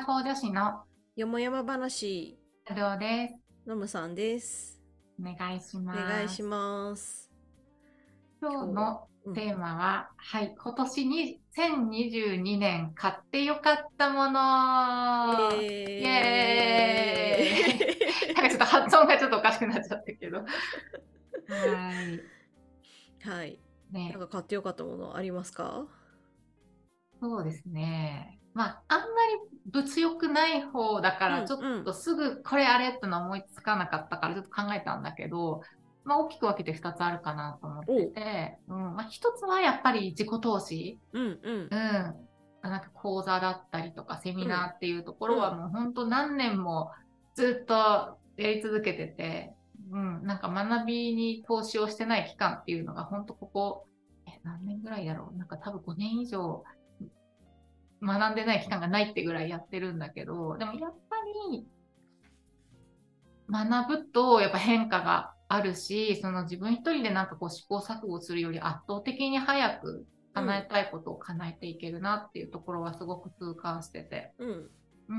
法女子のよもやま話、 不動です。 のむさんです。 お願いしお願いします。 ます。 今日の今日、 テーマは、はい、今年に2022年買ってよかったもの。イエーイ。なんかちょっと発音がちょっとおかしくなっちゃったけど。はい。 はい。なんね、 か買ってよかったものありますか？ そうですね。まあ、あんまり物欲ない方だから、ちょっとすぐこれあれってのは思いつかなかったから、ちょっと考えたんだけど、まあ、大きく分けて2つあるかなと思ってお、 て、まあ、1つはやっぱり自己投資。 うんうんなんか講座だったりとかセミうんナーっていうところはうんもう本当何年もずっとやり続けてて、なんか学びに投資をしてない期間っていうのが本当ここ、何年ぐらいだろう。なんか多分5年以上学んでない期間がないってぐらいやってるんだけど、でもやっぱり学ぶとやっぱ変化があるし、その自分一人でなんかこう試行錯誤するより圧倒的に早く叶えたいことを叶えていけるなっていうところはすごく痛感してて。 うんうん。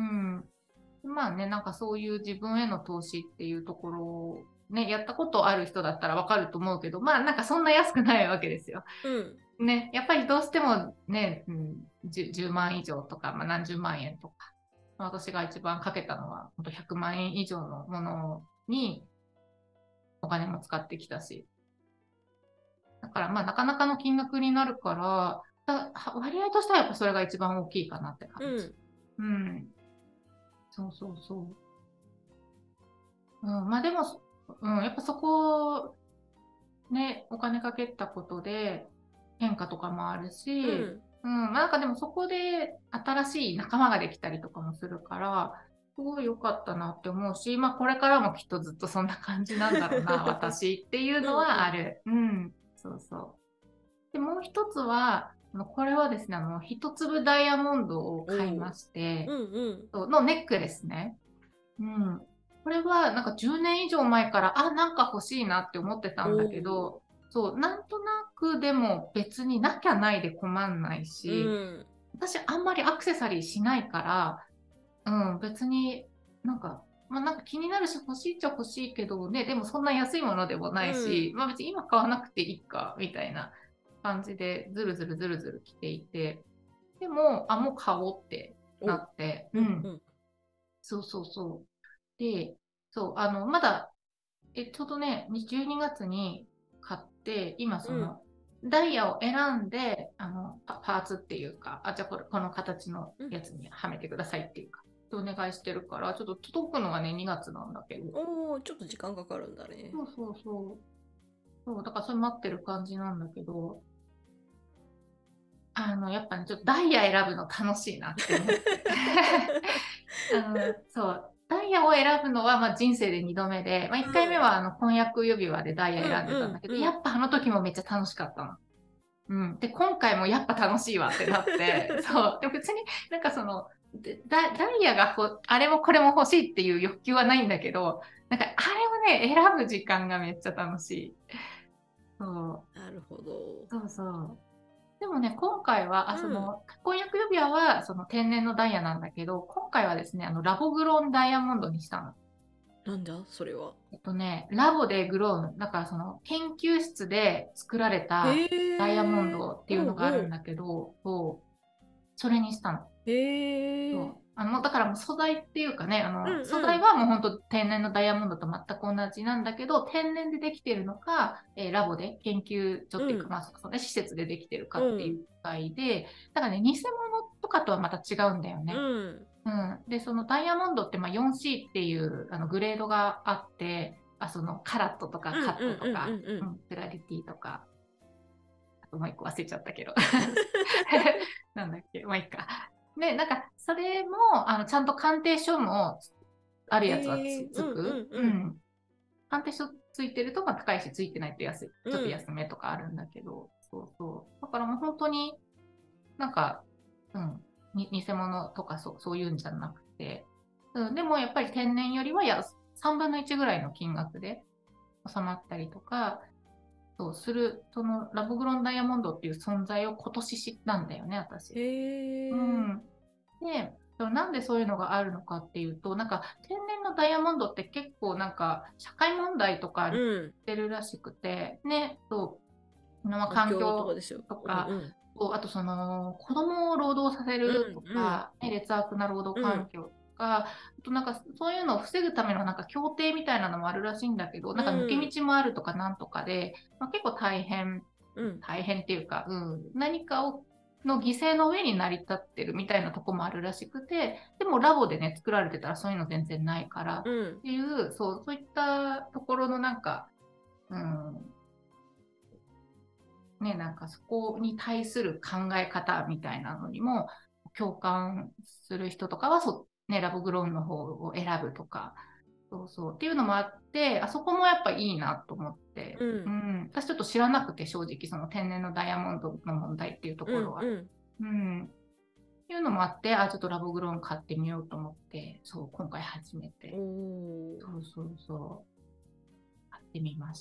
まあね、なんかそういう自分への投資っていうところをね、やったことある人だったらわかると思うけど、まあなんかそんな安くないわけですよ。 うんね、やっぱりどうしてもね、10万以上とか、まあ、何十万円とか、私が一番かけたのは、本当100万円以上のものにお金も使ってきたし、だからまあなかなかの金額になるから、割合としてはやっぱそれが一番大きいかなって感じ。 うんうん、そうそうそう。まあでも、やっぱそこね、お金かけたことで変化とかもあるし、 うんまあなんかでもそこで新しい仲間ができたりとかもするから、すごい良かったなって思うし、まあこれからもきっとずっとそんな感じなんだろうな、私っていうのうんうんはある。そうそう。で、もう一つは、これはですね、一粒ダイヤモンドを買いおうまして、 うんうんのネックレスね。うん。これはなんか10年以上前から、あ、なんか欲しいなって思ってたおんだけうど、そう、なんとなくでも別になきゃないで困んないうし、 ん私あんまりアクセサリーしないから、別になんか、まあなんか気になるし欲しいっちゃ欲しいけどね、でもそんな安いものでもないし、まあ別に今買わなくていいか、みたいな感じでずるずるずるずる来ていて、でも、あ、もう買おうってなおうって、 うんそうそうそう。で、そう、まだ、ちょうどね、12月に買って、今うんダイヤを選んで、パーツっていうか、あ、じゃあこの形のうんやつにはめてくださいっていうか、お願いしてるから、ちょっと届くのがね、2月なんだけど、 おお、ちょっと時間かかるんだね。 そうそうそう、そう、だからそれ待ってる感じなんだけど、やっぱね、ちょっとダイヤ選ぶの楽しいなって思って。そう、ダイヤを選ぶのは、まあ、人生で2度目で、まあ、1回目は婚約指輪でダイヤ選んでたんだけど、やっぱあの時もめっちゃ楽しかったの。で、今回もやっぱ楽しいわってなって、そう。でも別になんかダイヤがあれもこれも欲しいっていう欲求はないんだけど、なんかあれをね、選ぶ時間がめっちゃ楽しい。そう。 なるほど。 そうそう。でもね、今回は、 うん婚約指輪はその天然のダイヤなんだけど、今回はですね、ラボグローンダイヤモンドにしたの。 なんだそれは。 ラボでグローン、だからその研究室で作られへたダイヤモンえ。 ドっていうのがあるんおうおう。 だけど、それにしたの。 へえ。 そう。だからもう素材っていうかね、 うん素うん材はもう本当天然のダイヤモンドと全く同じなんだけど、天然でできてるのか、ラボで研究所っていうか、 うんまあ、施設でできてるかっていううん場合で、だからね、偽物とかとはまた違うんだようね。 んで、そのダイヤモンドってまあ 4C っていうグレードがあって、カラットとかうんカットとうんか、 うんうんプラリティとか、あともう一個忘れちゃったけど。なんだっけ、まあいいか。で、なんか、それも、ちゃんと鑑定書もあるやつはへえ。うんうつく。 んうん鑑定書ついてると、まあ、高いし、ついてないと安い。ちょっとうん安めとかあるんだけど、そうそう。だからもう本当になんか、偽物とかそういうんじゃなくて、でもやっぱり天然よりは3分の1ぐらいの金額で収まったりとか、そうする、そのラボグロンダイヤモンドっていう存在を今年知ったんだよね、私。 へえ。 うん。で、 なんでそういうのがあるのかっていうと、なんか天然のダイヤモンドって結構なんか社会問題とかうにん。 してるらしくて、ね、そう、まあ、 環境とか環境ですよ。 とか、 うん。 そうあとその子供を労働させうんるとうん。 か、ね、劣悪な労働うん。 環境とか、あとなんかそういうのを防ぐためのなんか協定みたいなのもあるらしいんだけど、 うなんか抜けん。 道もあるとかなんとかで、まあ、結構うん。 大変っていうか、何かの犠牲の上に成り立ってるみたいなとこもあるらしくて、でもラボでね、作られてたらそういうの全然ないからっうん。 ていう、そういったところのなんか、ね、なんかそこに対する考え方みたいなのにも共感する人とかはね、ラボグローンの方を選ぶとか、っていうのもあって、あそこもやっぱいいなと思って、 うん。 私ちょっと知らなくて正直その天然のダイヤモンドの問題っていうとうん。 ころは。 うん。 っていうのもあって、ちょっとラボグローン買ってみようと思って、今回初めおて、 お。 買ってみまして。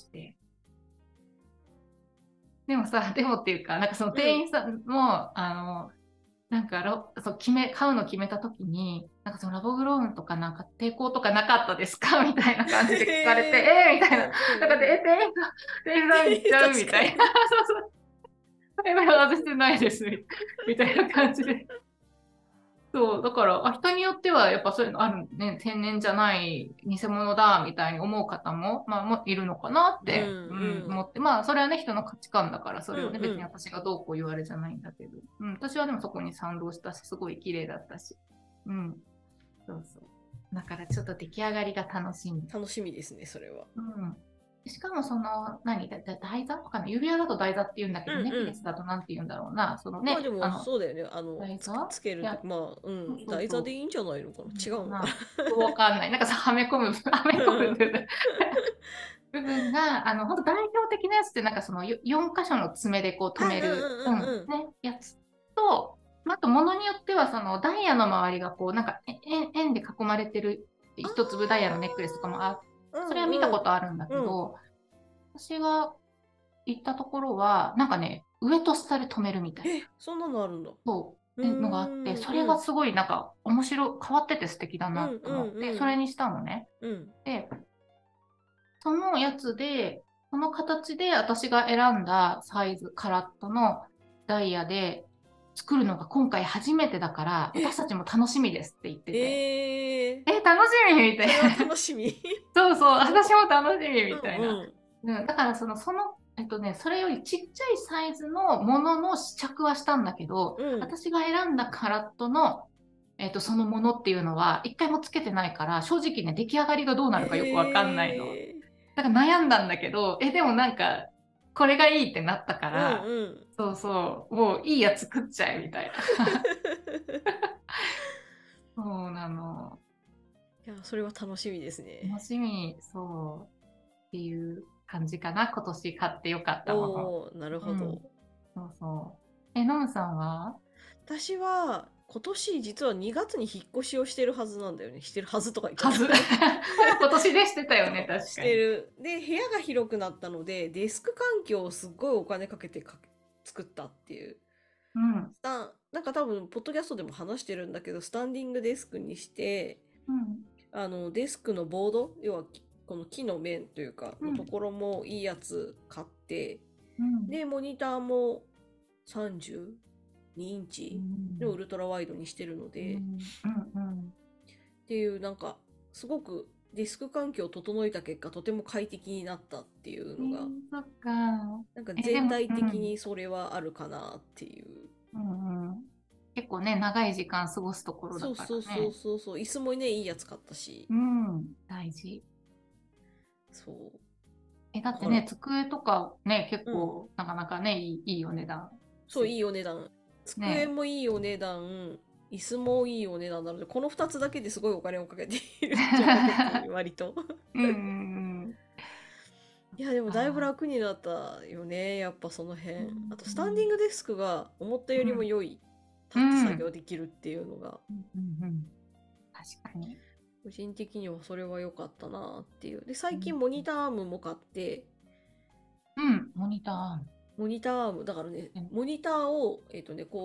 でもさ、でもっていうか、なんかそのうん。 店員さんも、なんか買うの決めたときに、なんかそのラボグローンとかなんか抵抗とかなかったですかみたいな感じで聞かれて、 へえ。 みたいな。 うんうんなんかで、 うん。 店員さん行っちゃうみたいな。 確かに。 そうそう。外してないです、みたいな感じで。そう、だから、人によってはやっぱそういうのあるね、天然じゃない偽物だみたいに思う方も、まあ、もいるのかなっうんて、 うん。 思って、まあ、それはね、人の価値観だから、それをね、別にうんうん。 私がどうこう言われじゃないんだけど、私はでもそこに賛同したし、すごい綺麗だったし、うん、そうそう。だからちょっと出来上がりが楽しみ。 楽しみですね、それは。 うん。しかもその、台座わかんない。指輪だと台座って言うんだけど、ネックうんうん。 レスだとなんて言うんだろうな。そのね、 まあでもそうだよね。 台座つけるとき、 いや、 まあ、うそうん、 そうそう。 台座でいいんじゃないのかな。 な違うのかな。 のかな。わかんない。なんかさ、はめ込むっていうね部分が、本当代表的なやつって、なんかその4箇所の爪でこうあ、 止める、 うんうんうんうん。 ね、やつと、あと、ものによっては、そのダイヤの周りがこう、なんか円で囲まれてるあ一粒ダイヤのネックレスとかもあ、うそれは見たんうん。 ことあるんだけうん。 ど、私が行ったところは、なんかね、上と下で止めるみたいな、 そんなのあるんだ。うのがあって、それーん、 がすごいなんか変わってて素敵だなうん、うん、 と思って、 うん、 それにしたのね。 うん。 で、そのやつで、その形で私が選んだサイズ、カラットのダイヤで作るのが今回初めてだから、私たちも楽しみですって言ってて、 え楽しみみたいな。 それは楽しみ。 そうそう、私も楽しみうみたいな。 ん、 だからそれよりちっちゃいサイズのものの試着はしたんだけど、 うん、うん。 私が選んだカラットの、そのものっていうのは、一回もつけてないから、正直ね、出来上がりがどうなるかよくわかんないの。 えだから悩んだんだけど、でもなんか、これがいいってなったかうん、 ら、 うん。 そうそう、もういいやつ作っちゃえみたいな。そうなの。 いや、それは楽しみですね。 楽しみ、っていう感じかな。今年買ってよかったもの。 おー、なるうん。 ほど。 そうそう。ノムさんは？ 私は、今年実は2月に引っ越しをしてるはずなんだよね。してるはずとか言っちゃった。 はず。今年でしてたよね、 そう、し確かに。 てる。で、部屋が広くなったので、デスク環境をすっごいお金かけて作ったっていう。 うん。 なんか多分、ポッドキャストでも話してるんだけど、スタンディングデスクにして、 うん。 デスクのボード、要はこの木の面というか、 うん。 のところもいいやつ買って、 うん。 で、モニターも32インうチのウん。 ルトラワイドにしてるのうで、 ん。うん。 っていうなんか、すごくデスク環境を整えた結果、とても快適になったっていうのが、 そっか。 なんかでも、 全体的にそれはあるかなっていう。 うん。結構ね、長い時間過ごすところだそうかそうそうらね。 そうそう。椅子もね、いいやつ買ったし。 うん。大事。 そう。 だだから、 ってね、机とかね、結うん。 構、なかなかね、いいお値段そう、 する。 いいお値段。机ね。 もいいお値段、椅子もいいお値段なので、この2つだけですごいお金をかけているっちゃかけている、割と。 うんうんうん。 いや、でもだいぶあ楽になったよね、やっぱそのーう辺。あと、スタンディンんグデスクが思ったよりもうん良い。 う立って作ん業できるっていうのが、 うん確かに。 個人的にはそれは良かったなっていう。で、最うん近モニターアームも買って、 うん、モニター。 モニターアーム、だからね、 うんモニターを、こう、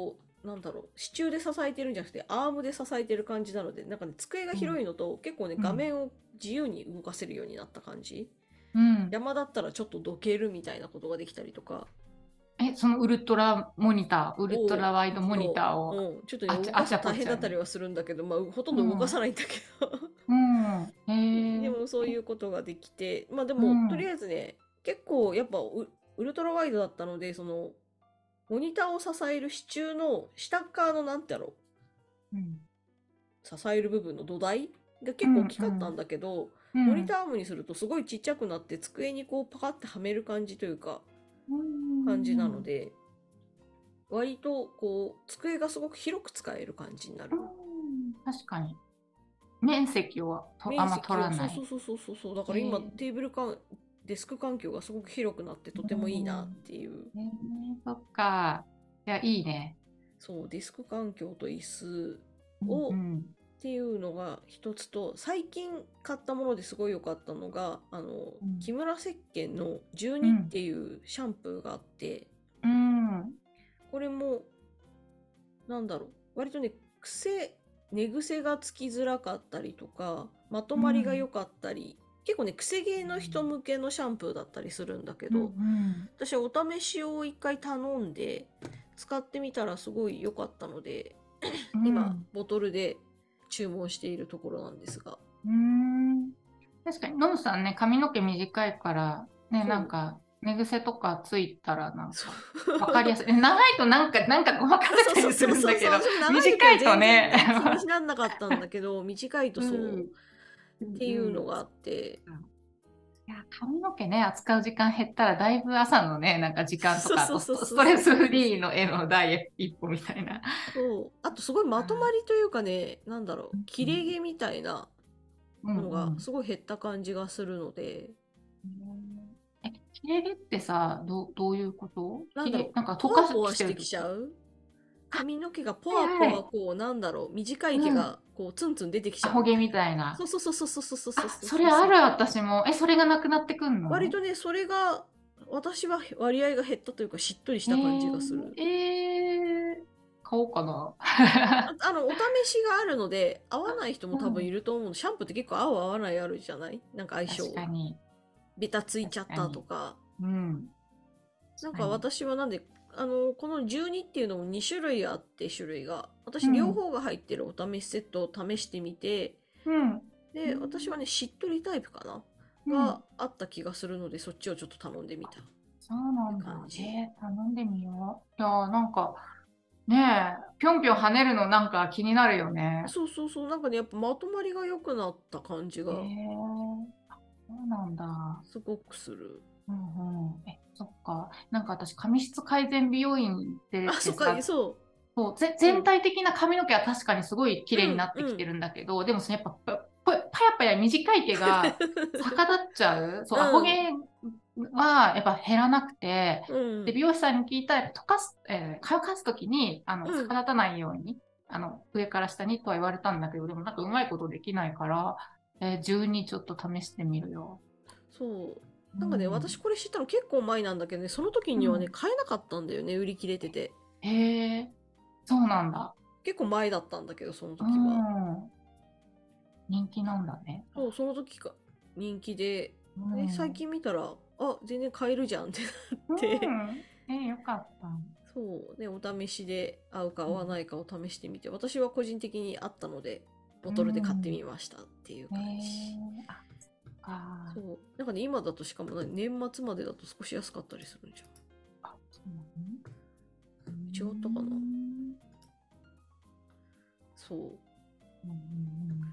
なんだろう、支柱で支えてるんじゃなくて、アームで支えてる感じなので、なんかね、机が広いのと、結構ね、画面を自由に動かせるようになった感じ。 うん。 山だったらちょっとどけるみたいなことができたりとか。 そのウルトラモニター、ウルトラワイドモニターをちょっとね、動かすの大あちゃこちゃに。 変だったりはするんだけど、まあ、ほとんど動かさないんだけど。 うん。 でもそういうことができて、まあでも、とりうん。 あえずね、結構やっぱウルトラワイドだったので、その、モニターを支える支柱の下側のなんてやろう、 うん。 支える部分の土台が結構大うん。 きかったんだけど、モニうん。 ターアームにするとすごいちっちゃくなって机にこうパカってはめる感じというか、 う感じなのん。 で、割とこう、机がすごく広く使える感じになる。 確かに。面積をあんま取面積を、 らない。 そうそうそうそうそう、だから今テーブルデスク環境がすごく広くなってとてもいいなっていう。 そっか。いや、いいね。 そう、デスク環境と椅子うんうをん。 っていうのが一つと、最近買ったものですごい良かったのが、 うん木村石鹸の12っうんていうシャンプーがあって、 うん。 これも、なんだろう、割とね、寝癖がつきづらかったりとか、まとまりが良かったり、結構ね、癖毛の人向けのシャンプーだったりするんだけうんうど、 ん私はお試しを一回頼んで、使ってみたらすごい良かったので、今、ボトルで注文しているところなんですが。 確かに、ノンさんね、髪の毛短いから、ね、 そう。 なんか、寝癖とかついたら、なんそう。 か、わかりやすい。長いとなんかごまかせたりすそうそうそうるんだけど、 そうそう。私も長い時は短いと全然ね、 ね、気にしなんなかったんだけど、短いとそう。 うん、うっていうのん、 があって、 いや、髪の毛ね、扱う時間減ったら、だいぶ朝のね、なんか時間とか、あそうそうとそうそうストレスそうそうそう。 フリーの絵の第一歩みたいな。 そう。あとすごいまとまりというかね、なんだろう、切れうん毛みたいなうんのがうんすごい減った感じがするので、 切れ毛ってさ、どういうことなんだろう、 なんか溶ポワかしてポワしてきちゃるとき。 う髪の毛がポワポはいはい。 ワこう、なんだろう、短い毛うん。 がこう、ツンツン出てきちアホ毛みゃうみたいな。 たいな。 そうそうそうそうそうそうそうあ、 そうそうそう。 それある私も。それがなくなってくんの？ 割とね、それが、私は割合が減ったというか、しっとりしえた感じがする。 ー、買おうかな。 お試しがあるので、合わない人も多分いうん。 ると思う。シャンプーって結構合う合わないあるじゃない、なんか相性。 確かに。 ベタついちゃったと確かに。 か。 うん。 なんか確かに。 私はなんで、この12っていうのも2種類あって、種類が。私両うん。 方が入ってるお試しセットを試してみて、 うん。うで、私はん。 ね、しっとりタイプかなうん。 があった気がするので、そっちをちょっと頼んでみたっそうなてんだ。 感じ。 頼んでみよう。いやー、なんか、ねぴょんぴょん跳ねるのなんか気になるよね。 そうそうそう、なんかね、やっぱまとまりが良くなった感じがそうなんだ。 すごくする。 うんうん。そっか。なんか私、髪質改善美容院あ、 でそっか、 さ、 そそう、 う。うん。 全体的な髪の毛は確かにすごい綺麗になうん、うん。 ってきてるんだけど、でもそのやっぱパヤパヤ短い毛が逆立っちゃう。そう、アホうん、 毛はやっぱ減らなくて、で、 うん、 美容師さんに聞いたら、乾かすときに、 うん。 逆立たないように、上から下にとは言われたんだけど、でもなんかうまいことできないから、12ちょっと試してみるよ。 そう。 うなんかね、私ん。 これ知ったの結構前なんだけどね、その時にはね、 うん。 買えなかったんだよね、売り切れてて。 へえ、そうなんだ。 結構前だったんだけど、そのう時は。 ん。人気なんだね。 そう、その時が人気で、 う最ん。 近見たら、あ、全然買えるじゃんってなっうて、 ん。よかった。 そう、ね、お試しで合うか合わなうん。 いかを試してみて、私は個人的に合ったので、ボうトルで買ってん。 みましたっていう感じ。 あ、そっか。 そう。なんかね、今だとしかもね、年末までだと少し安かったりするんじゃん。 あ、そうなの？う違ったかな。 ん。 そうん。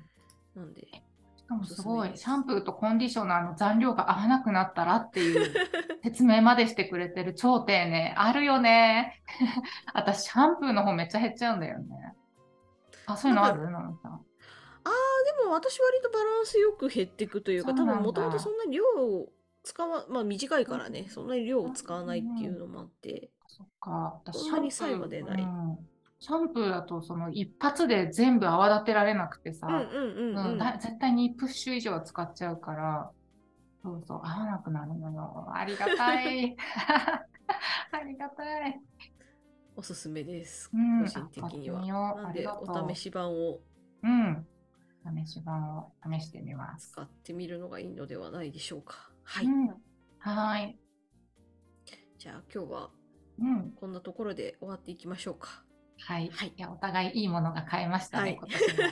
う。なんで、 しかおすすめもすごい、 です。 シャンプーとコンディショナーの残量が合わなくなったらっていう説明までしてくれてる超丁寧。あるよね。私、シャンプーの方めっちゃ減っちゃうんだよね。あ、そういうなんか、 のあるのんさん。 でも私割とバランスよく減っていくというか、多そうな分もともとそんだ。 んなに量をまあ短いうんからね、そんなに量をうん使わないっていううんうん。 のもあって、 そっか。私、シそんなに差異ャンプー、 は出ない。 シャンプーだと、その一発で全部泡立てられなくてさ、 うんうんうんうん。 絶対にプッシュ以上は使っちゃうから、そうそう、合わなくなるのよ。ありがたい。ありがたい。 おすすめです。 うん、 個人的には。 買ってみよう。 なんで、 ありがとお試し版をう。うん。試し版を試してみます。 使ってみるのがいいのではないでしょうか。はい。 うん。はい。 じゃあ今日はうん。 こんなところで終わっていきましょうか。 はい。いはい。 や、お互いいいものが買えましたね、 はい。 今年も。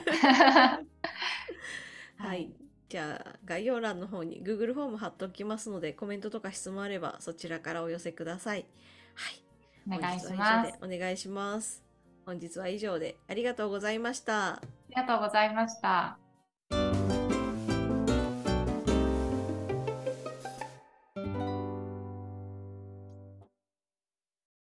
はい。 はい。 じゃあ概要欄の方に Google フォーム貼っておきますので、コメントとか質問あればそちらからお寄せください。はい。本日お願いしは以上でます。 お願いします。本日は以上でありがとうございました。 ありがとうございました。